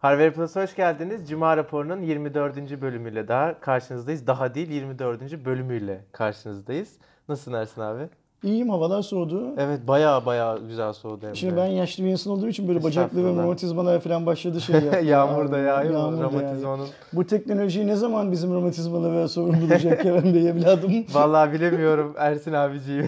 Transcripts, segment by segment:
Harvey Plus'a hoş geldiniz. Cuma raporunun 24. bölümüyle daha karşınızdayız. Daha değil 24. bölümüyle karşınızdayız. Nasılsın Ersin abi? İyiyim, havalar soğudu. Evet baya güzel soğudu hem Şimdi de. ben yaşlı bir insan olduğum için böyle bacaklarım Estağfurullah. romatizmalar falan başladı şey yapmaya. Yağmur da yağıyor mu? Yağmur da yağıyor. Romatizmanın. Bu teknoloji ne zaman bizim romatizmalara sorun bulacak Kerem Bey evladım? Vallahi bilemiyorum Ersin abiciğim.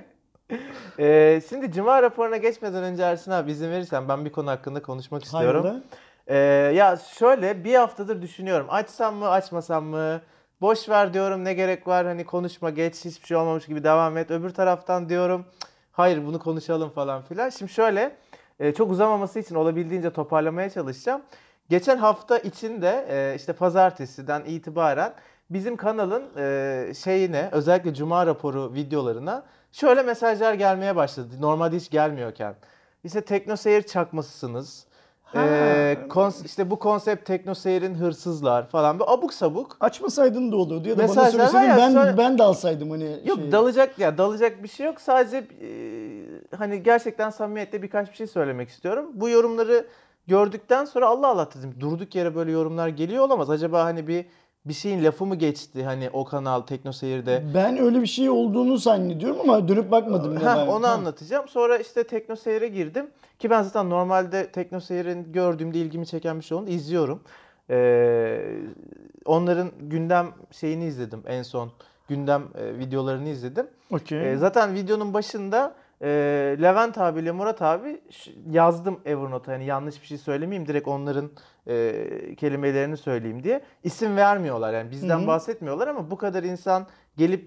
Şimdi Cuma raporuna geçmeden önce Ersin abi izin verirsen ben bir konu hakkında konuşmak istiyorum. Hayrola? Ya şöyle bir haftadır düşünüyorum. Açsam mı açmasam mı? Boş ver diyorum, ne gerek var, hani konuşma geç, hiçbir şey olmamış gibi devam et. Öbür taraftan diyorum hayır bunu konuşalım falan filan. Şimdi şöyle çok uzamaması için olabildiğince toparlamaya çalışacağım. Geçen hafta içinde işte pazartesiden itibaren bizim kanalın şeyine, özellikle Cuma raporu videolarına şöyle mesajlar gelmeye başladı. Normalde hiç gelmiyorken. İşte teknoseyir çakmasısınız. Ha. İşte bu konsept teknoseyirin hırsızlar falan, böyle abuk sabuk Açmasaydın da olurdu ya da bana mesajlar var söyleseydin ya. ben de alsaydım hani Yok, şey. dalacak bir şey yok. Sadece hani gerçekten samimiyetle birkaç bir şey söylemek istiyorum. Bu yorumları gördükten sonra Allah Allah dedim. Durduk yere böyle yorumlar geliyor olamaz. Acaba hani bir şeyin lafı mı geçti hani o kanal Teknoseyir'de? Ben öyle bir şey olduğunu zannediyorum ama dönüp bakmadım ne var. Onu anlatacağım. Sonra işte Teknoseyir'e girdim. Ki ben zaten normalde Teknoseyir'in gördüğümde ilgimi çeken bir şey olduğunda izliyorum. Ee, Onların gündem şeyini izledim en son. Gündem videolarını izledim. Okey. Zaten videonun başında Levent abiyle Murat abi yazdım Evernote'a. Yani yanlış bir şey söylemeyeyim, direkt onların kelimelerini söyleyeyim diye. İsim vermiyorlar, yani Hı bizden hı. bahsetmiyorlar ama bu kadar insan gelip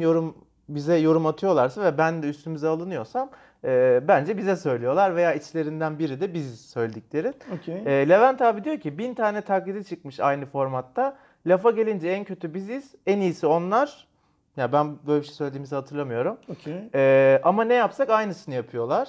bize yorum atıyorlarsa ve ben de üstümüze alınıyorsam bence bize söylüyorlar veya içlerinden biri de biz söyledikleri. Okey. Levent abi diyor ki 1000 tane taklidi çıkmış aynı formatta. Lafa gelince en kötü biziz, en iyisi onlar. Ya ben böyle bir şey söylediğimizi hatırlamıyorum. Okey. Ama ne yapsak aynısını yapıyorlar.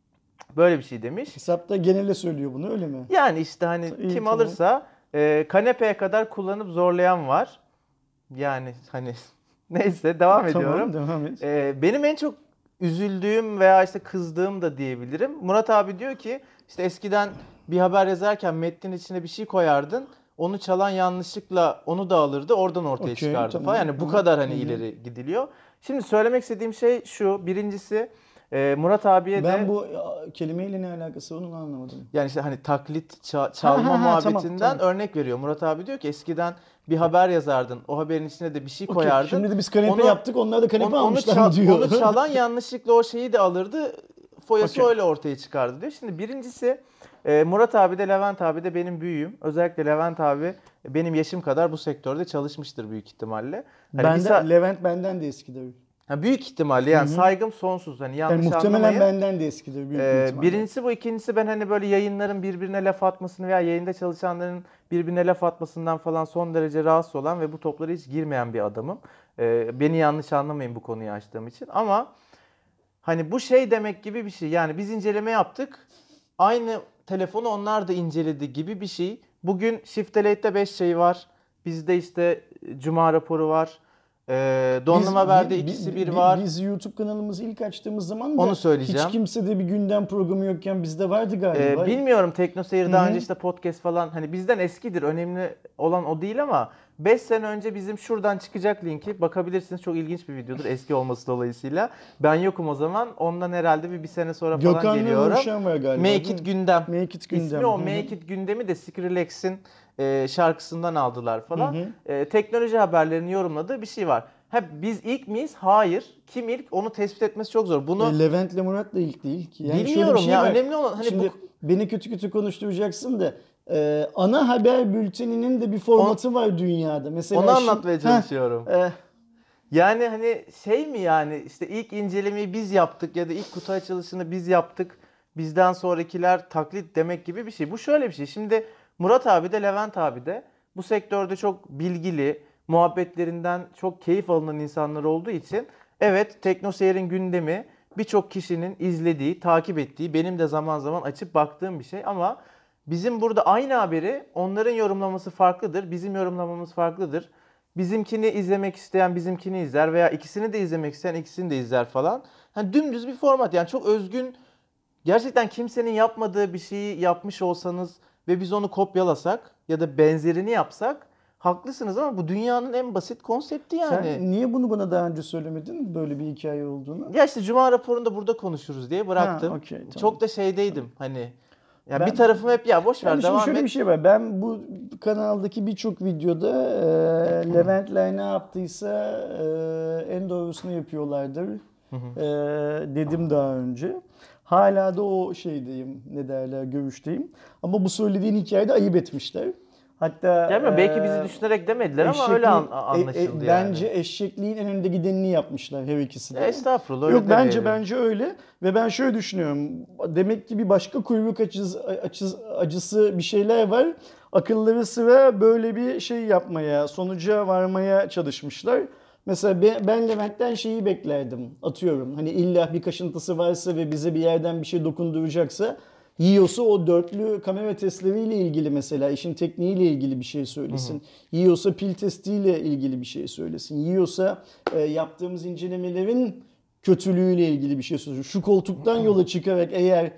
Böyle bir şey demiş. Hesapta genele söylüyor bunu öyle mi? Yani işte hani İyi, kim tamam. alırsa kanepeye kadar kullanıp zorlayan var. Yani hani neyse devam ediyorum. Tamam, devam et. Benim en çok üzüldüğüm veya işte kızdığım da diyebilirim. Murat abi diyor ki işte eskiden bir haber yazarken metnin içine bir şey koyardın. Onu çalan yanlışlıkla onu da alırdı, oradan ortaya Okey, çıkardı falan. tamam. Yani bu Aha, kadar hani hı hı. ileri gidiliyor. Şimdi söylemek istediğim şey şu. Birincisi Murat abiye Ben de bu kelimeyle ne alakası var onu anlamadım. yani işte hani taklit Ha çalma ha ha, tamam muhabbetinden tamam. örnek veriyor. Murat abi diyor ki eskiden bir haber yazardın. O haberin içine de bir şey Okey. koyardın. Şimdi de biz kanepe Onu yaptık. Onlar da kanepe onu almışlar mı diyor. onu çalan yanlışlıkla o şeyi de alırdı. Foyası Okey. öyle ortaya çıkardı diyor. Şimdi birincisi Murat abi de Levent abi de benim büyüğüm. Özellikle Levent abi benim yaşım kadar bu sektörde çalışmıştır büyük ihtimalle. Hani Levent benden de eskidir. büyük ihtimalle, Hı yani hı. saygım sonsuz. Hani Yani yanlış muhtemelen anlamayın. benden de eskidir büyük bir ihtimalle. Birincisi bu. İkincisi ben hani böyle yayınların birbirine laf atmasını veya yayında çalışanların birbirine laf atmasından falan son derece rahatsız olan ve bu toplara hiç girmeyen bir adamım. Beni yanlış anlamayın bu konuyu açtığım için. Ama hani bu şey demek gibi bir şey. Yani biz inceleme yaptık. Aynı telefonu onlar da inceledi gibi bir şey. Bugün Shift Delete'de 5 şey var. Bizde işte Cuma raporu var. Donanım Haber'de ikisi bir var. Biz YouTube kanalımızı ilk açtığımız zaman Onu da hiç söyleyeceğim. kimsede bir gündem programı yokken bizde vardı galiba. Bilmiyorum, TeknoSeyir Hı daha önce hı. işte podcast falan hani bizden eskidir. Önemli olan o değil ama 5 sene önce bizim şuradan çıkacak linki bakabilirsiniz. Çok ilginç bir videodur eski olması dolayısıyla. Ben yokum o zaman. Ondan herhalde bir sene sonra falan Gökhan'la geliyorum. Nurşen var galiba Make değil It mi? Gündem. Make It İsmi Gündem. o. Hı hı. Make It Gündem'i de Skrillex'in şarkısından aldılar Hı falan. hı. Teknoloji haberlerini yorumladığı bir şey var. Biz ilk miyiz? Hayır. Kim ilk? Onu tespit etmesi çok zor. Bunu Levent'le Murat da ilk değil ki. Yani şöyle bir bilmiyorum şey ya. var. Önemli olan hani Şimdi bu beni kötü kötü konuşturacaksın da ana haber bülteninin de bir on, formatı var dünyada. Mesela onu anlatmaya çalışıyorum. e, Yani hani şey mi, yani işte ilk incelemeyi biz yaptık ya da ilk kutu açılışını biz yaptık. Bizden sonrakiler taklit demek gibi bir şey. Bu şöyle bir şey. Şimdi Murat abi de Levent abi de bu sektörde çok bilgili, muhabbetlerinden çok keyif alınan insanlar olduğu için evet, TeknoSeyir'in gündemi birçok kişinin izlediği, takip ettiği, benim de zaman zaman açıp baktığım bir şey ama bizim burada aynı haberi onların yorumlaması farklıdır, bizim yorumlamamız farklıdır. Bizimkini izlemek isteyen bizimkini izler veya ikisini de izlemek isteyen ikisini de izler falan. Hani dümdüz bir format, yani çok özgün, gerçekten kimsenin yapmadığı bir şeyi yapmış olsanız ve biz onu kopyalasak ya da benzerini yapsak haklısınız ama bu dünyanın en basit konsepti yani. Sen niye bunu bana daha önce söylemedin böyle bir hikaye olduğunu? Ya işte Cuma raporunda burada konuşuruz diye bıraktım. okey, tamam. Çok da şeydeydim hani. Ya Ben- bir tarafım hep ya boş ver Yani şimdi devam şöyle et. bir şey var. Ben bu kanaldaki birçok videoda Levent'ler ne yaptıysa en doğrusunu yapıyorlardır dedim daha önce. Hala da o şeydeyim, ne derler, görüşteyim. Ama bu söylediğin hikayede ayıp etmişler. Hatta Gelmiyor. Belki bizi düşünerek demediler ama öyle anlaşıldı yani. Bence eşekliğin en önde gidenini yapmışlar her ikisi de. Estağfurullah öyle Yok, bence demeyelim. öyle ve ben şöyle düşünüyorum. Demek ki bir başka kuyruk acısı bir şeyler var. Akılları sıra böyle bir şey yapmaya, sonuca varmaya çalışmışlar. Mesela ben Levent'ten şeyi beklerdim. Atıyorum. Hani illa bir kaşıntısı varsa ve bize bir yerden bir şey dokunduracaksa yiyorsa o dörtlü kamera testleriyle ilgili mesela işin tekniğiyle ilgili bir şey söylesin. Yiyorsa pil testiyle ilgili bir şey söylesin. Yiyorsa yaptığımız incelemelerin kötülüğüyle ilgili bir şey söylesin. Şu koltuktan yola çıkarak eğer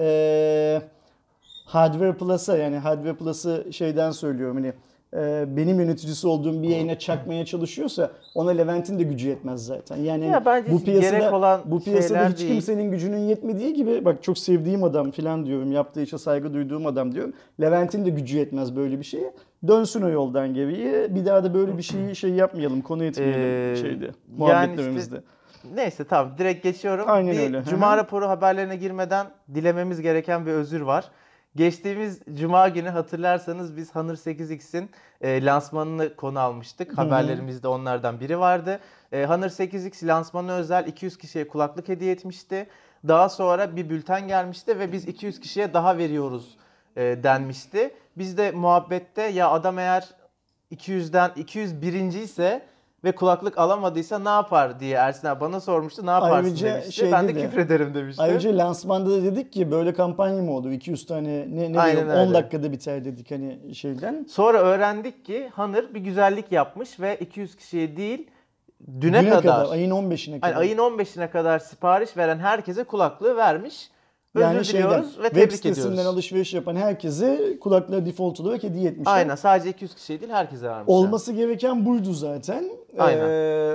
Hardware Plus'a, yani Hardware Plus'ı şeyden söylüyorum, hani benim yöneticisi olduğum bir yayına çakmaya çalışıyorsa ona Levent'in de gücü yetmez zaten. Yani Ya bence bu piyasada gerek olan bu piyasada şeyler hiç değil. kimsenin gücünün yetmediği gibi, bak çok sevdiğim adam falan diyorum, yaptığı işe saygı duyduğum adam diyorum. Levent'in de gücü yetmez böyle bir şeye. Dönsün o yoldan geriye. Bir daha da böyle bir şeyi yapmayalım, konu etmeyelim şeyde, muhabbetlerimizde. Neyse tamam direkt geçiyorum. Aynen Bir öyle. Cuma Hı hı. raporu haberlerine girmeden dilememiz gereken bir özür var. Geçtiğimiz Cuma günü hatırlarsanız biz Honor 8X'in lansmanını konu almıştık. Haberlerimizde onlardan biri vardı. Honor 8X lansmanı özel 200 kişiye kulaklık hediye etmişti. Daha sonra bir bülten gelmişti ve biz 200 kişiye daha veriyoruz denmişti. Biz de muhabbette ya adam eğer 200'den 201. ise ve kulaklık alamadıysa ne yapar diye Ersin abi bana sormuştu. Ne yaparsın Ayrıca demişti. Ben de şeyde de- küfrederim demiştim. Ayrıca lansmanda da dedik ki böyle kampanya mı olur? 200 tane ne Aynen diyorum, öyle. 10 dakikada biter dedik hani şeyden. Sonra öğrendik ki Honor bir güzellik yapmış ve 200 kişiye değil düne kadar Ayın 15'ine kadar. yani ayın 15'ine kadar sipariş veren herkese kulaklığı vermiş. Yani Özür şeyden, diliyoruz ve web tebrik sitesinden ediyoruz. alışveriş yapan herkese kulaklığı default olarak hediye etmişler. Aynen sadece 200 kişiye değil herkese vermişler. Olması gereken buydu zaten. Aynen.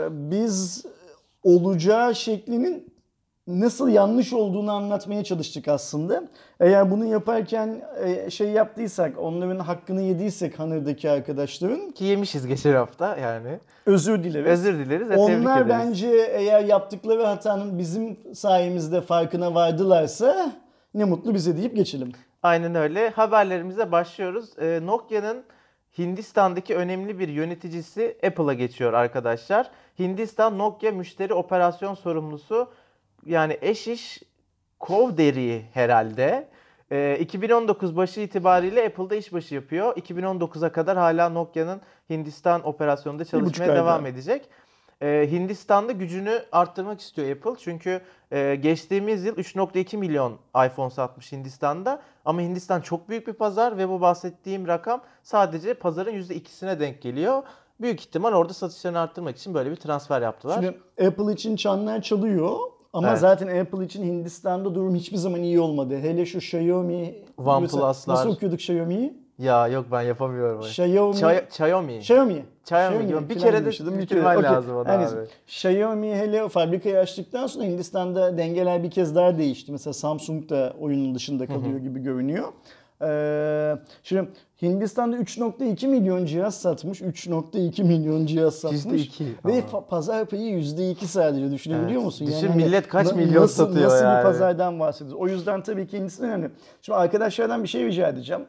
Biz olacağı şeklinin nasıl yanlış olduğunu anlatmaya çalıştık aslında. Eğer bunu yaparken şey yaptıysak, onların hakkını yediysek Honor'daki arkadaşların, Ki yemişiz geçen hafta yani. özür dileriz. Özür dileriz ve tebrik Onlar ederiz. bence eğer yaptıkları hatanın bizim sayemizde farkına vardılarsa ne mutlu bize deyip geçelim. Aynen öyle. Haberlerimize başlıyoruz. Nokia'nın Hindistan'daki önemli bir yöneticisi Apple'a geçiyor arkadaşlar. Hindistan Nokia müşteri operasyon sorumlusu yani Ashish Chowdhury herhalde. 2019 başı itibariyle Apple'da işbaşı yapıyor. 2019'a kadar hala Nokia'nın Hindistan operasyonunda çalışmaya ayda. devam edecek. Hindistan'da gücünü arttırmak istiyor Apple. Çünkü geçtiğimiz yıl 3.2 milyon iPhone satmış Hindistan'da. Ama Hindistan çok büyük bir pazar ve bu bahsettiğim rakam sadece pazarın %2'sine denk geliyor. Büyük ihtimal orada satışlarını arttırmak için böyle bir transfer yaptılar. Şimdi Apple için çanlar çalıyor ama Evet. zaten Apple için Hindistan'da durum hiçbir zaman iyi olmadı. Hele şu Xiaomi, OnePlus'lar. nasıl okuyorduk Xiaomi'yi? Ya yok ben yapamıyorum. Xiaomi. Xiaomi. Xiaomi. Bir falan kere de demiştim. bitirmen Okey. lazım ona Her abi. neyse. Xiaomi hele fabrikayı açtıktan sonra Hindistan'da dengeler bir kez daha değişti. Mesela Samsung da oyunun dışında kalıyor gibi görünüyor. Şimdi Hindistan'da 3.2 milyon cihaz satmış. 3.2 milyon cihaz satmış. %2 Ve ama. pazar payı %2 sadece, düşünebiliyor Evet. musun? Düşün hani millet kaç milyon satıyor nasıl yani. bir pazardan bahsediyoruz? O yüzden tabii ki Hindistan önemli. Şimdi arkadaşlardan bir şey rica edeceğim.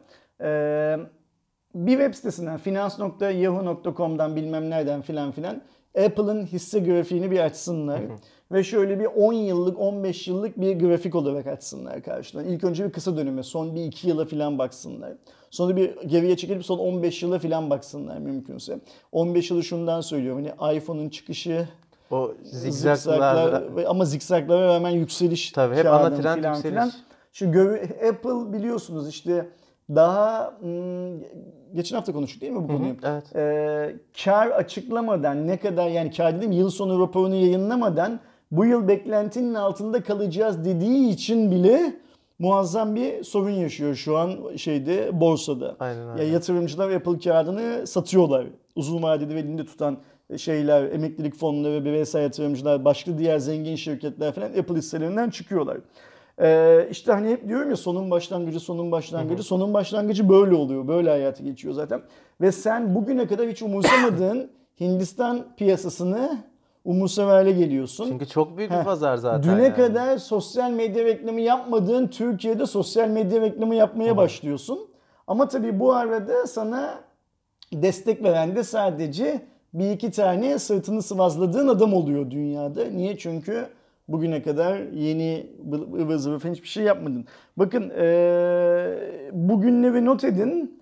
Bir web sitesinden finans.yahoo.com'dan bilmem nereden filan Apple'ın hisse grafiğini bir açsınlar. Ve şöyle bir 10 yıllık 15 yıllık bir grafik olarak açsınlar karşıdan. İlk önce bir kısa döneme, son bir 2 yıla filan baksınlar. Sonra bir geriye çekilip son 15 yıla filan baksınlar mümkünse. 15 yılı şundan söylüyorum, hani iPhone'un çıkışı, O zikzaklar zigzaglar. ama zikzaklara rağmen yükseliş. Tabii hep ana kağıdın trend filan yükseliş. filan. Şu Apple biliyorsunuz işte daha geçen hafta konuştuk değil mi bu konuyu? Evet. Kar açıklamadan, ne kadar, yani kar dedim, yıl sonu raporunu yayınlamadan bu yıl beklentinin altında kalacağız dediği için bile muazzam bir sorun yaşıyor şu an borsada. Aynen Ya öyle. yatırımcılar Apple kağıdını satıyorlar. Uzun vadede ve elinde tutan şeyler, emeklilik fonları, bireysel yatırımcılar, başka diğer zengin şirketler falan Apple hisselerinden çıkıyorlar. İşte hani hep diyorum ya sonun başlangıcı, sonun başlangıcı. Sonun başlangıcı böyle oluyor. Böyle hayatı geçiyor zaten. Ve sen bugüne kadar hiç umursamadığın Hindistan piyasasını umursar hale geliyorsun. Çünkü çok büyük bir pazar zaten. Düne yani. kadar sosyal medya reklamı yapmadığın Türkiye'de sosyal medya reklamı yapmaya başlıyorsun. Ama tabii bu arada sana destek veren de sadece bir iki tane sırtını sıvazladığın adam oluyor dünyada. Niye? Çünkü bugüne kadar yeni ıvır zıvır falan hiçbir şey yapmadın. Bakın bugünleri not edin.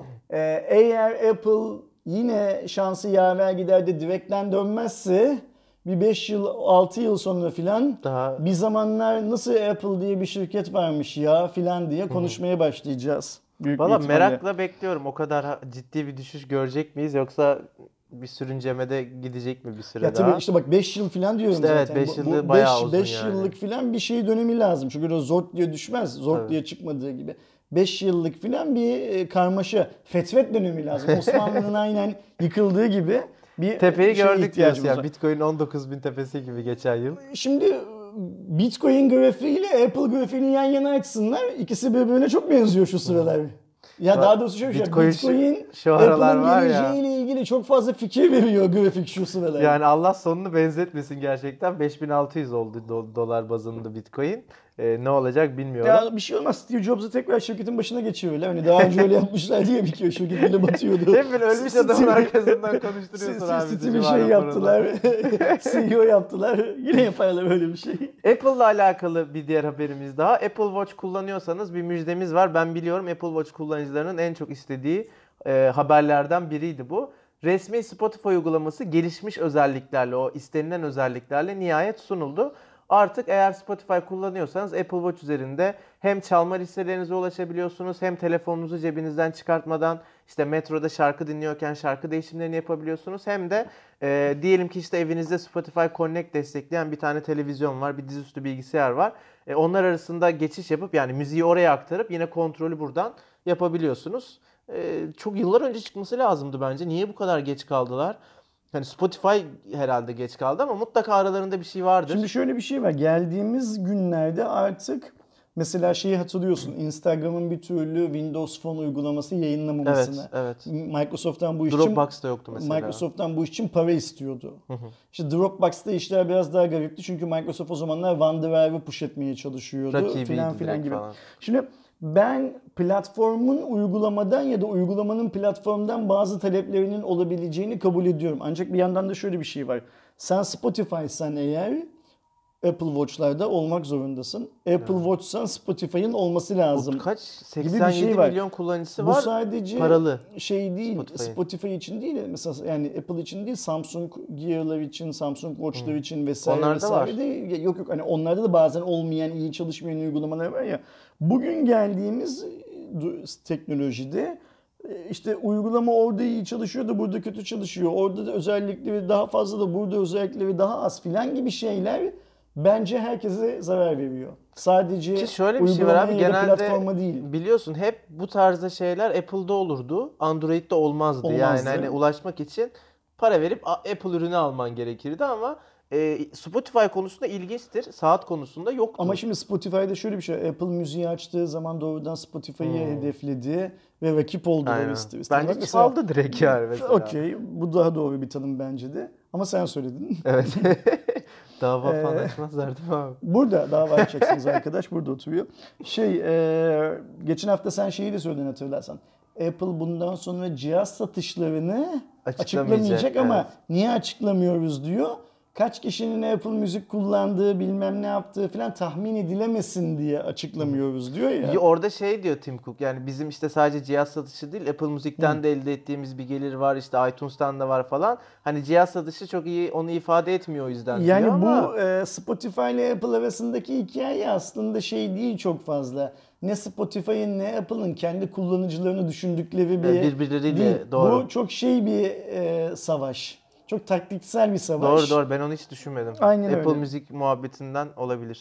Eğer Apple yine şansı yaver gider de direkten dönmezse bir 5 yıl 6 yıl sonra filan Daha bir zamanlar nasıl Apple diye bir şirket varmış ya filan diye konuşmaya başlayacağız. Büyük bir valla ihtimalle. merakla bekliyorum. O kadar ciddi bir düşüş görecek miyiz yoksa bir sürüncemede gidecek mi bir süre Ya daha? tabii işte bak 5 yıl falan diyorum İşte evet, zaten. 5 yılı bayağı uzun 5 yani. yıllık falan bir şey dönemi lazım. Çünkü öyle zort diye düşmez. Zort Evet. diye çıkmadığı gibi. 5 yıllık falan bir karmaşa, fetret dönemi lazım. Osmanlı'nın aynen yıkıldığı gibi bir Tepeyi şeye gördük diyorsun ihtiyacımız yani. var. Bitcoin 19.000 tepesi gibi geçen yıl. Şimdi Bitcoin grafiğiyle Apple grafiğini yan yana açsınlar. İkisi birbirine çok benziyor şu sıralar. Ya Bak, daha doğrusu şöyle bir şey. Bitcoin Bitcoin şu aralar Apple'ın var ya. geleceğiyle ilgili çok fazla fikir veriyor grafik şu sıralar. Yani Allah sonunu benzetmesin gerçekten. 5600 oldu dolar bazında Bitcoin. Ne olacak bilmiyorum. Ya bir şey olmaz. Steve Jobs'u tekrar şirketin başına geçiyorlar. Hani daha önce öyle yapmışlar diye bir kere şirket bile batıyordu. Hep böyle ölmüş adamın arkasından konuşturuyorsun abi. Steve'i bizi şey var yaptılar. CEO yaptılar. Yine yaparlar böyle bir şey. Apple'la alakalı bir diğer haberimiz daha. Apple Watch kullanıyorsanız bir müjdemiz var. Ben biliyorum Apple Watch kullanıcılarının en çok istediği haberlerden biriydi bu. Resmi Spotify uygulaması gelişmiş özelliklerle, o istenilen özelliklerle nihayet sunuldu. Artık eğer Spotify kullanıyorsanız Apple Watch üzerinde hem çalma listelerinize ulaşabiliyorsunuz hem telefonunuzu cebinizden çıkartmadan işte metroda şarkı dinliyorken şarkı değişimlerini yapabiliyorsunuz. Hem de diyelim ki işte evinizde Spotify Connect destekleyen bir tane televizyon var, bir dizüstü bilgisayar var. Onlar arasında geçiş yapıp yani müziği oraya aktarıp yine kontrolü buradan yapabiliyorsunuz. Çok yıllar önce çıkması lazımdı bence. Niye bu kadar geç kaldılar? Hani Spotify herhalde geç kaldı ama mutlaka aralarında bir şey vardır. Şimdi şöyle bir şey var. Geldiğimiz günlerde artık mesela şeyi hatırlıyorsun. Instagram'ın bir türlü Windows Phone uygulaması yayınlamamasını. Evet. Microsoft'tan bu iş için Dropbox'ta yoktu mesela. Microsoft'tan bu iş için para istiyordu. İşte Dropbox'ta işler biraz daha garipti çünkü Microsoft o zamanlar OneDrive'ı push etmeye çalışıyordu Rakibiydi filan direkt gibi. falan. Şimdi ben platformun uygulamadan ya da uygulamanın platformdan bazı taleplerinin olabileceğini kabul ediyorum. Ancak bir yandan da şöyle bir şey var. Sen Spotify'san eğer Apple Watch'larda olmak zorundasın. Apple Watch'san Spotify'ın olması lazım. Kaç? gibi bir 87 şey var. milyon kullanıcısı Bu var. sadece paralı. şey değil, Spotify'ın. Spotify için değil mesela yani Apple için değil, Samsung Gear'lar için, Samsung Watch'lar için vesaire Onlarda vesaire var. de yok hani onlarda da bazen olmayan, iyi çalışmayan uygulamalar var ya. Bugün geldiğimiz teknolojide işte uygulama orada iyi çalışıyor da burada kötü çalışıyor. Orada da özellikleri daha fazla da burada özellikleri daha az filan gibi şeyler bence herkese zarar veriyor. Sadece Ki şöyle bir şey var abi, uygulamaya ya da genelde platforma değil. biliyorsun hep bu tarzda şeyler Apple'da olurdu, Android'de olmazdı. Yani Olmazdı. hani ulaşmak için para verip Apple ürünü alman gerekirdi ama Spotify konusunda ilginçtir. Saat konusunda yoktu. Ama şimdi Spotify'da şöyle bir şey. Apple müziği açtığı zaman doğrudan Spotify'ı hedefledi ve rakip oldular Aynen. ister istemez. Bence Mesela- çaldı direkt yani mesela. Okey. Bu daha doğru bir tanım bence de. Ama sen söyledin. Evet. Dava falan açmazlar değil mi abi? Burada dava açacaksınız arkadaş. Burada oturuyor. Geçen hafta sen şeyi de söyledin hatırlarsan. Apple bundan sonra cihaz satışlarını açıklamayacak ama evet. niye açıklamıyoruz diyor. Kaç kişinin Apple Müzik kullandığı bilmem ne yaptığı falan tahmin edilemesin diye açıklamıyoruz diyor ya. Orada şey diyor Tim Cook, yani bizim işte sadece cihaz satışı değil Apple Müzik'ten de elde ettiğimiz bir gelir var, işte iTunes'tan da var falan. Hani cihaz satışı çok iyi onu ifade etmiyor o yüzden Yani diyor bu ama Spotify ile Apple arasındaki hikaye aslında şey değil çok fazla. Ne Spotify'ın ne Apple'ın kendi kullanıcılarını düşündükleri bir birbirleriyle değil. doğru. Bu çok şey bir savaş. Çok taktiksel bir savaş. Doğru ben onu hiç düşünmedim. Aynen Apple öyle. Müzik muhabbetinden olabilir.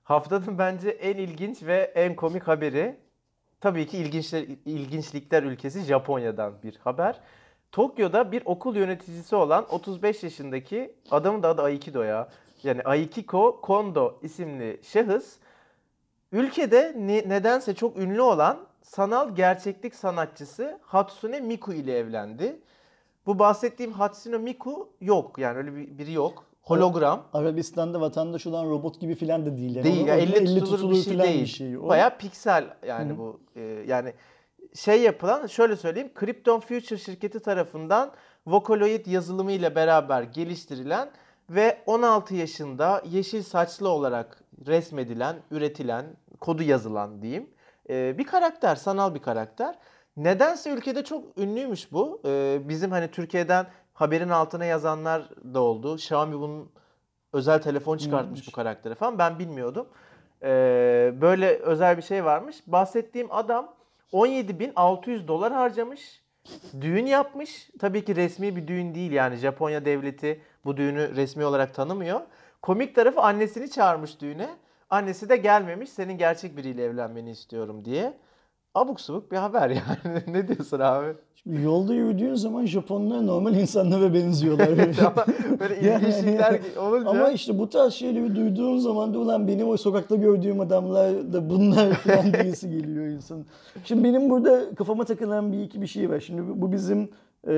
Haftanın bence en ilginç ve en komik haberi tabii ki ilginçlikler ülkesi Japonya'dan bir haber. Tokyo'da bir okul yöneticisi olan 35 yaşındaki adamın da adı Aikido ya. Yani Aikiko Kondo isimli şahıs ülkede nedense çok ünlü olan sanal gerçeklik sanatçısı Hatsune Miku ile evlendi. Bu bahsettiğim Hatsune Miku yok, yani öyle biri yok. Hologram. Arabistan'da vatandaş olan robot gibi filan da değil. Yani Değil ya, elle tutulur bir şey filan değil. bir şey o. Bayağı piksel yani bu. Yani şey yapılan, şöyle söyleyeyim, Krypton Future şirketi tarafından Vocaloid yazılımı ile beraber geliştirilen ve 16 yaşında yeşil saçlı olarak resmedilen, üretilen, kodu yazılan diyeyim. Bir karakter, sanal bir karakter. Nedense ülkede çok ünlüymüş bu. Bizim hani Türkiye'den haberin altına yazanlar da oldu. Xiaomi bunun özel telefon çıkartmış bu karaktere falan. Ben bilmiyordum. Böyle özel bir şey varmış. Bahsettiğim adam 17.600 dolar harcamış. Düğün yapmış. Tabii ki resmi bir düğün değil, yani Japonya devleti bu düğünü resmi olarak tanımıyor. Komik tarafı, annesini çağırmış düğüne. Annesi de gelmemiş. Senin gerçek biriyle evlenmeni istiyorum diye. Abuk subuk bir haber yani. Ne diyorsun abi? Şimdi yolda yürüdüğün zaman Japonlar normal insanlara benziyorlar. Ama böyle ilginçlikler olunca. Ama işte bu tarz şeyleri duyduğun zaman da ulan benim o sokakta gördüğüm adamlar da bunlar falan diyesi geliyor insan. Şimdi benim burada kafama takılan bir iki bir şey var. Şimdi bu bizim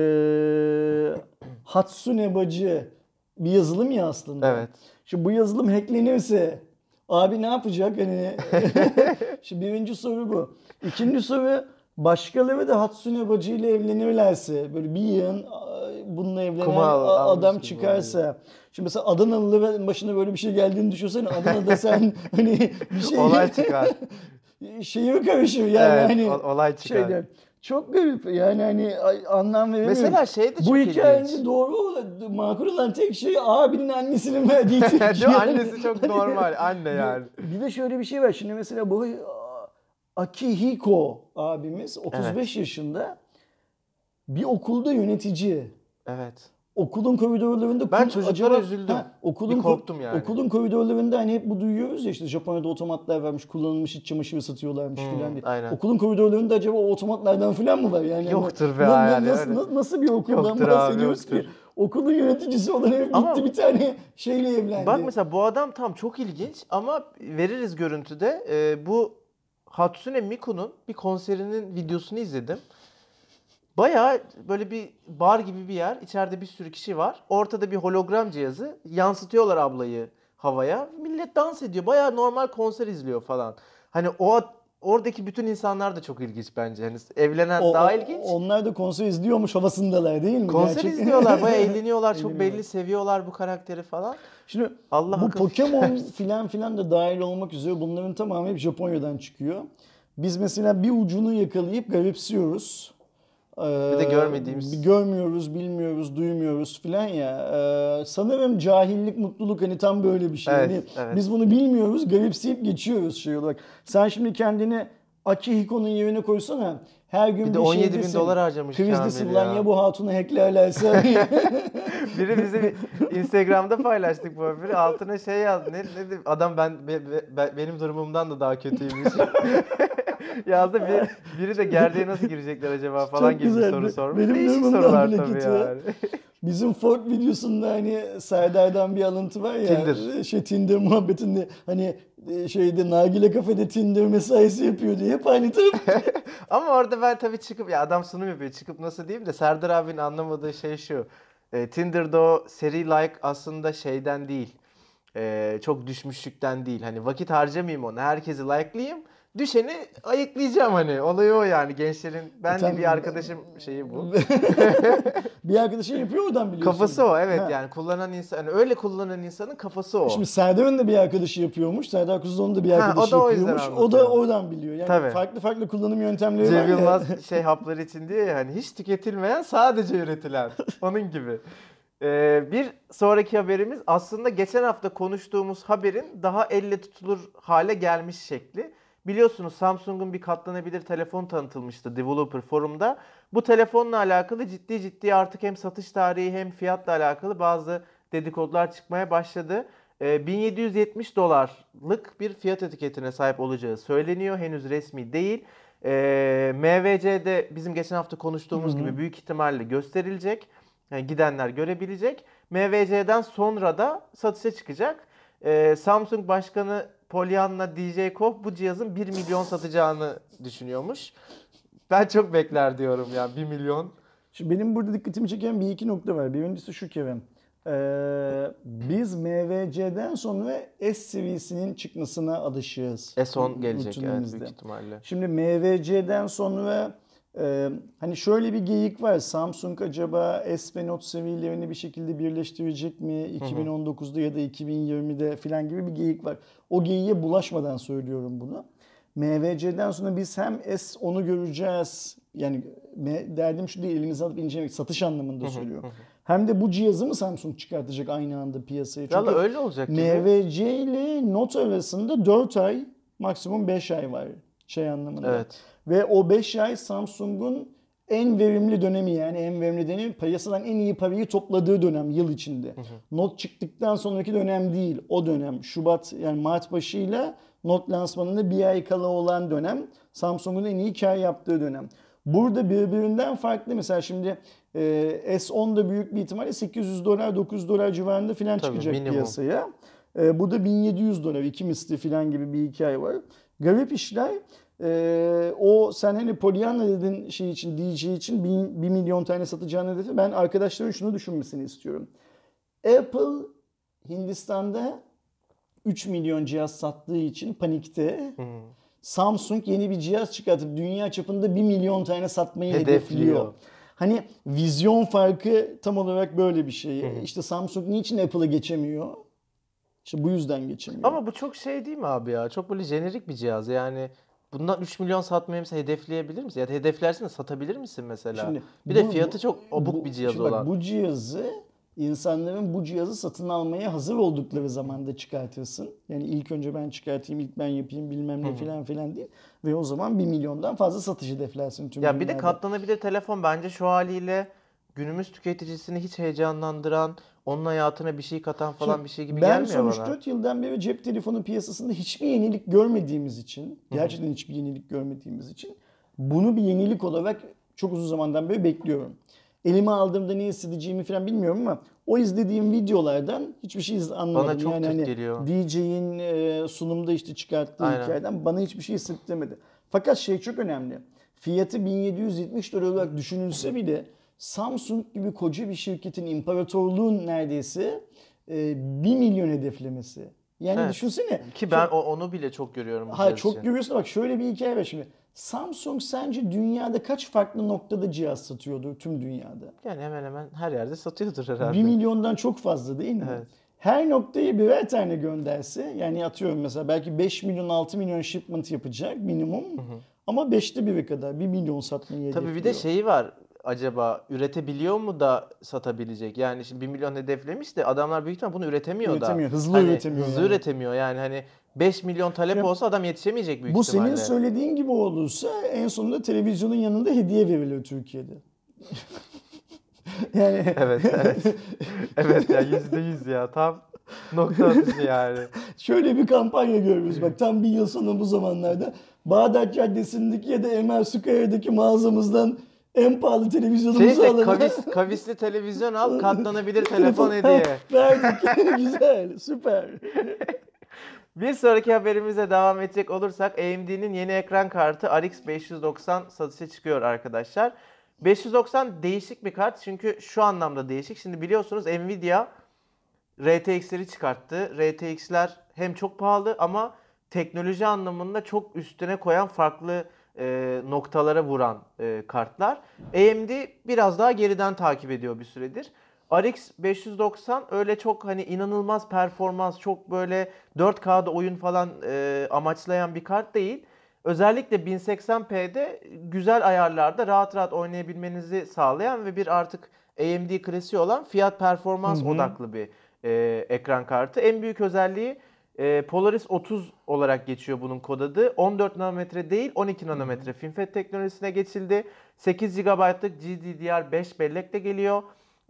Hatsune Bacı bir yazılım ya aslında. Evet. Şimdi bu yazılım hacklenirse abi ne yapacak? Hani şimdi birinci soru bu. İkinci soru, başkaları da Hatsune Bacı ile evlenirlerse, böyle bir yığın bununla evlenen adam çıkarsa. Şimdi mesela Adanalı'nın başına böyle bir şey geldiğini düşünsene. Adana'da sen hani bir şey olay çıkar. şeyi karışır yani, Evet, hani olay çıkar. şeyler. Çok garip yani, hani anlam veremiyorum. Mesela şey de çok bu ilginç. hikayenin doğru makul olan tek şey abinin annesinin verdiği tepki. Değil mi? Annesi çok normal. Anne yani. Bir de şöyle bir şey var. Şimdi mesela bu Akihiko abimiz 35 yaşında bir okulda yönetici. Evet. Okulun koridorlarında Ben çocuklara üzüldüm. Okulun Bir korktum yani. Okulun koridorlarında hani hep bu duyuyoruz ya, işte Japonya'da otomatlar varmış, kullanılmış iç çamaşırı satıyorlarmış filan diye. aynen. Okulun koridorlarında acaba o otomatlardan filan mı var yani? Yoktur be yani, nasıl bir okuldan Yoktur bahsediyoruz abi, ki? Okulun yöneticisi olan herif Ama gitti bir tane şeyle evlendi. bak mesela bu adam tam çok ilginç ama veririz görüntüde. Bu Hatsune Miku'nun bir konserinin videosunu izledim. Bayağı böyle bir bar gibi bir yer. İçeride bir sürü kişi var. Ortada bir hologram cihazı. Yansıtıyorlar ablayı havaya. Millet dans ediyor. Bayağı normal konser izliyor falan. Hani oradaki bütün insanlar da çok ilginç bence. Hani evlenen daha ilginç. Onlar da konser izliyormuş havasındalar değil mi? Konser Gerçek. izliyorlar. Bayağı eğleniyorlar. Çok belli seviyorlar bu karakteri falan. Şimdi Allah bu akıl. Pokemon filan da dahil olmak üzere bunların tamamı hep Japonya'dan çıkıyor. Biz mesela bir ucunu yakalayıp garipsiyoruz. Bir de görmediğimiz. Görmüyoruz, bilmiyoruz, duymuyoruz filan ya. Sanırım cahillik, mutluluk hani tam böyle bir şey. Evet, Hani evet. biz bunu bilmiyoruz, garipseyip geçiyoruz şey olarak. Sen şimdi kendini Akihiko'nun yerine koysana. Her gün Bir de bir 17.000 dolar harcamış Krizdesin Kamil lan ya. ya bu hatunu hacklerlerse. Biri bize Instagram'da paylaştık bu haberi. Altına şey yazdı. Ne adam benim durumumdan da daha kötüymüş. Yazdı biri de gerdeğe nasıl girecekler acaba falan Çok gibi bir güzeldi. soru sormuş. Benim Değişik durumumdan sorular bile tabii kötü. yani. Bizim Ford videosunda hani Serdar'dan bir alıntı var ya. Tinder. Tinder muhabbetinde hani şeyde nargile kafede Tinder mesaisi yapıyor diye hep aynı taraf. Ama orada ben tabii çıkıp, ya adam sunum yapıyor, çıkıp nasıl diyeyim de, Serdar abinin anlamadığı şey şu. Tinder'da o seri like aslında şeyden değil. Çok düşmüşlükten değil. Hani vakit harcamayayım ona. Herkesi like'layayım. Düşeni ayıklayacağım hani. Olayı o yani. Gençlerin, ben de bir arkadaşım şeyi bu. Bir arkadaşın yapıyor oradan biliyorsun. Kafası o, evet Ha. yani kullanan insan, hani öyle kullanan insanın kafası o. Şimdi Serdar'ın da bir arkadaşı yapıyormuş. Serdar Kuzuloğlu'nun da bir arkadaşı o da o yüzden yapıyormuş. O da anlatıyor. oradan biliyor. Yani Tabii. farklı kullanım yöntemleri var Cem ya. Yılmaz şey hapları için diyor ya, hani hiç tüketilmeyen, sadece üretilen. Onun gibi. Bir sonraki haberimiz aslında geçen hafta konuştuğumuz haberin daha elle tutulur hale gelmiş şekli. Biliyorsunuz Samsung'un bir katlanabilir telefon tanıtılmıştı Developer Forum'da. Bu telefonla alakalı ciddi artık hem satış tarihi hem fiyatla alakalı bazı dedikodular çıkmaya başladı. 1770 dolarlık bir fiyat etiketine sahip olacağı söyleniyor. Henüz resmi değil. MVC'de bizim geçen hafta konuştuğumuz gibi büyük ihtimalle gösterilecek. Yani gidenler görebilecek. MVC'den sonra da satışa çıkacak. Samsung Başkanı Pollyanna Djekov bu cihazın 1 milyon satacağını düşünüyormuş. Ben çok bekler diyorum yani 1 milyon. Şimdi benim burada dikkatimi çeken bir iki nokta var. Birincisi şu Kerem. Biz MVC'den sonra S seviyesinin çıkmasına alışığız. S10 gelecek evet, rutinemizde. büyük ihtimalle. Şimdi MVC'den sonra hani şöyle bir geyik var. Samsung acaba S ve Note seviyelerini bir şekilde birleştirecek mi? 2019'da ya da 2020'de falan gibi bir geyik var. O geyiğe bulaşmadan söylüyorum bunu. MVC'den sonra biz hem S10'u göreceğiz. Yani derdim şu değil, elinize alıp incelemek, satış anlamında söylüyorum. Hem de bu cihazı mı Samsung çıkartacak aynı anda piyasaya? Çünkü Valla öyle olacak gibi. MVC ile Note arasında 4 ay, maksimum 5 ay var şey anlamında. Evet. Ve o 5 ay Samsung'un en verimli dönemi, yani en verimli dönemi, piyasadan en iyi parayı topladığı dönem yıl içinde. Note çıktıktan sonraki dönem değil, o dönem. Şubat yani Mart başıyla Note lansmanında bir ay kala olan dönem Samsung'un en iyi kar yaptığı dönem. Burada birbirinden farklı, mesela şimdi S10 da büyük bir ihtimalle 800 dolar 900 dolar civarında falan çıkacak minimum piyasaya. Bu da 1700 dolar, iki misli falan gibi bir hikaye var. Garip işler. O sen hani Pollyanna dedin şey için, DJ için 1 milyon tane satacağını dedi. Ben arkadaşların şunu düşünmesini istiyorum. Apple Hindistan'da 3 milyon cihaz sattığı için panikte. Samsung yeni bir cihaz çıkartıp dünya çapında 1 milyon tane satmayı hedefliyor. Hani vizyon farkı tam olarak böyle bir şey. İşte Samsung niçin Apple'ı geçemiyor? İşte bu yüzden geçemiyor. Ama bu çok şey değil mi abi ya? Çok böyle jenerik bir cihaz. Yani bundan 3 milyon satmayı mesela hedefleyebilir misin? Ya da hedeflersin de satabilir misin mesela? Şimdi bir de fiyatı çok obuk bir cihaz şimdi bak, olan. bu cihazı insanların bu cihazı satın almaya hazır oldukları zamanda çıkartırsın. Yani ilk önce ben çıkartayım, ilk ben yapayım bilmem ne filan filan değil. Ve o zaman 1 milyondan fazla satış hedeflersin tüm Ya bir de dünyada. katlanabilir telefon bence şu haliyle günümüz tüketicisini hiç heyecanlandıran, onun hayatına bir şey katan falan Şimdi bir şey gibi ben gelmiyor son bana. 3-4 yıldan beri cep telefonu piyasasında hiçbir yenilik görmediğimiz için, gerçekten hiçbir yenilik görmediğimiz için bunu bir yenilik olarak çok uzun zamandan beri bekliyorum. Elime aldığımda ne hissedeceğimi falan bilmiyorum ama o izlediğim videolardan hiçbir şey anlamadım. Bana çok yani Türk hani geliyor. DJ'in sunumda işte çıkarttığı Aynen. hikayeden bana hiçbir şey hissettirmedi. Fakat şey çok önemli. Fiyatı 1770 dolar olarak düşünülse bile Samsung gibi koca bir şirketin imparatorluğun neredeyse 1 milyon hedeflemesi. Yani Evet. düşünsene. Ki ben onu bile çok görüyorum bu Hayır, cihaz çok için. görüyorsun, bak şöyle bir hikaye var şimdi. Samsung sence dünyada kaç farklı noktada cihaz satıyordur tüm dünyada? Yani hemen hemen her yerde satıyordur herhalde. 1 milyondan çok fazla değil mi? Evet. Her noktaya birer tane gönderse, yani atıyorum mesela belki 5 milyon 6 milyon shipment yapacak minimum. Ama 5'te biri kadar 1 milyon satmayı hedefliyor. Tabii bir de şeyi var. Acaba üretebiliyor mu da satabilecek? Yani şimdi 1 milyon hedeflemiş de adamlar büyük ihtimal bunu üretemiyor da. Üretemiyor, hızlı Hani üretemiyor hızlı yani. üretemiyor yani hani 5 milyon talep Şimdi olsa adam yetişemeyecek büyük Bu ihtimalle. senin söylediğin gibi olursa en sonunda televizyonun yanında hediye veriliyor Türkiye'de. Yani Evet, evet. Evet ya %100 ya tam nokta atışı yani. şöyle bir kampanya görüyoruz bak, tam bir yıl sonra bu zamanlarda Bağdat Caddesi'ndeki ya da Emel Sukaya'daki mağazamızdan en pahalı televizyonumuzu alalım. Kavisli televizyon al, katlanabilir telefon hediye. Verdik. Güzel, süper. Bir sonraki haberimize devam edecek olursak AMD'nin yeni ekran kartı RX 590 satışa çıkıyor arkadaşlar. 590 değişik bir kart çünkü şu anlamda değişik. Şimdi biliyorsunuz Nvidia RTX'leri çıkarttı. RTX'ler hem çok pahalı ama teknoloji anlamında çok üstüne koyan farklı noktalara vuran kartlar. AMD biraz daha geriden takip ediyor bir süredir. RX 590 öyle çok hani inanılmaz performans, çok böyle 4K'da oyun falan amaçlayan bir kart değil. Özellikle 1080p'de güzel ayarlarda rahat rahat oynayabilmenizi sağlayan ve bir artık AMD klasiği olan fiyat performans odaklı bir ekran kartı. En büyük özelliği Polaris 30 olarak geçiyor bunun kod adı. 14 nanometre değil 12 nanometre FinFET teknolojisine geçildi. 8 GB'lık GDDR5 bellek de geliyor.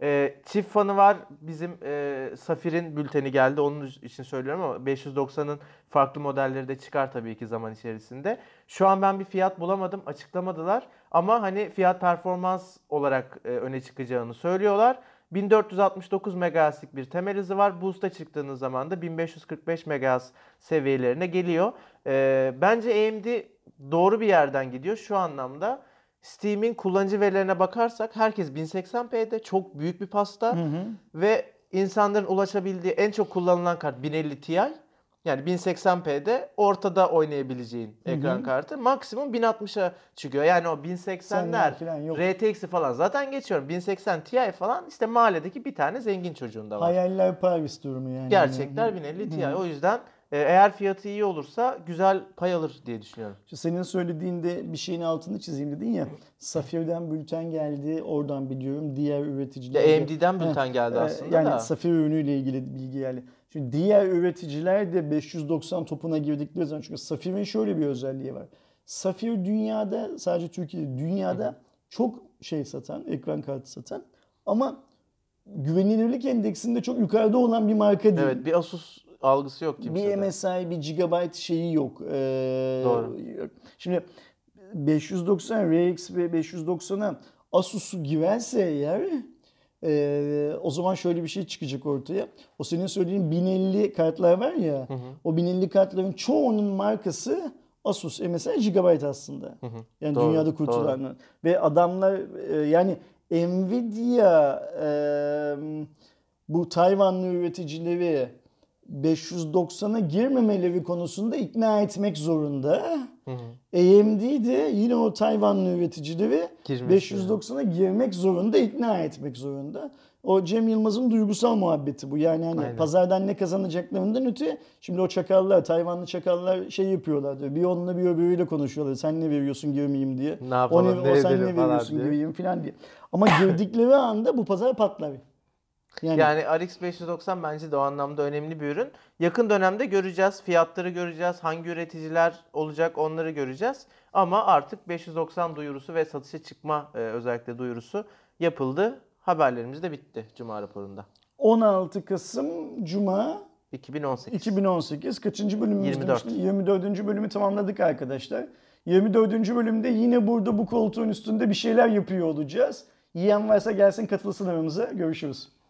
Çift fanı var. Bizim Safir'in bülteni geldi. Onun için söylüyorum ama 590'ın farklı modelleri de çıkar tabii ki zaman içerisinde. Şu an ben bir fiyat bulamadım. Açıklamadılar. Ama hani fiyat performans olarak öne çıkacağını söylüyorlar. 1469 MHz'lik bir temel hızı var. Boost'a çıktığınız zaman da 1545 MHz seviyelerine geliyor. Bence AMD doğru bir yerden gidiyor şu anlamda. Steam'in kullanıcı verilerine bakarsak herkes 1080p'de, çok büyük bir pasta ve insanların ulaşabildiği en çok kullanılan kart 1050 Ti. Yani 1080p'de ortada oynayabileceğin ekran kartı. Maksimum 1060'a çıkıyor. Yani o 1080'ler, RTX'i falan zaten geçiyorum. 1080 Ti falan işte mahalledeki bir tane zengin çocuğunda var. Hayaller Paris durumu yani. Gerçekler 1050 Ti. O yüzden eğer fiyatı iyi olursa güzel pay alır diye düşünüyorum. İşte senin söylediğinde bir şeyin altını çizeyim dedin ya. Safir'den bülten geldi. Oradan biliyorum. Diğer üreticiler. Ya AMD'den bülten geldi aslında yani da. Safir ürünüyle ilgili bilgi geldi. Şimdi diğer üreticiler de 590 topuna girdikleri zaman, çünkü Safir'in şöyle bir özelliği var. Safir dünyada, sadece Türkiye'de, dünyada çok şey satan, ekran kartı satan ama güvenilirlik endeksinde çok yukarıda olan bir marka değil. Evet, bir Asus algısı yok kimsede. Bir MSI, bir Gigabyte şeyi yok. Doğru. Şimdi 590 RX ve 590'a Asus'u girerse eğer o zaman şöyle bir şey çıkacak ortaya. O senin söylediğin 1050 kartlar var ya, o 1050 kartların çoğunun markası Asus, MSI, Gigabyte aslında. Yani Doğru, dünyada kurtulanlar. Ve adamlar yani Nvidia bu Tayvanlı üreticileri 590'a girmemeleri konusunda ikna etmek zorunda. AMD de yine o Tayvanlı üreticileri 590'a girmek zorunda, ikna etmek zorunda. O Cem Yılmaz'ın duygusal muhabbeti bu. Yani hani pazardan ne kazanacaklarından öte, şimdi o çakallar, Tayvanlı çakallar şey yapıyorlar diyor. Bir onunla bir öbürüyle konuşuyorlar. Sen ne veriyorsun girmeyeyim diye. Ne yapalım, o sen ne veriyorsun gireyim falan diye. Ama girdikleri anda bu pazar patlar. Yani RX 590 bence de o anlamda önemli bir ürün. Yakın dönemde göreceğiz. Fiyatları göreceğiz. Hangi üreticiler olacak onları göreceğiz. Ama artık 590 duyurusu ve satışa çıkma özellikle duyurusu yapıldı. Haberlerimiz de bitti Cuma raporunda. 16 Kasım Cuma 2018. Kaçıncı bölümümüz 24. demiştin? 24. bölümü tamamladık arkadaşlar. 24. bölümde yine burada bu koltuğun üstünde bir şeyler yapıyor olacağız. Yiyen varsa gelsin katılsın aramıza. Görüşürüz.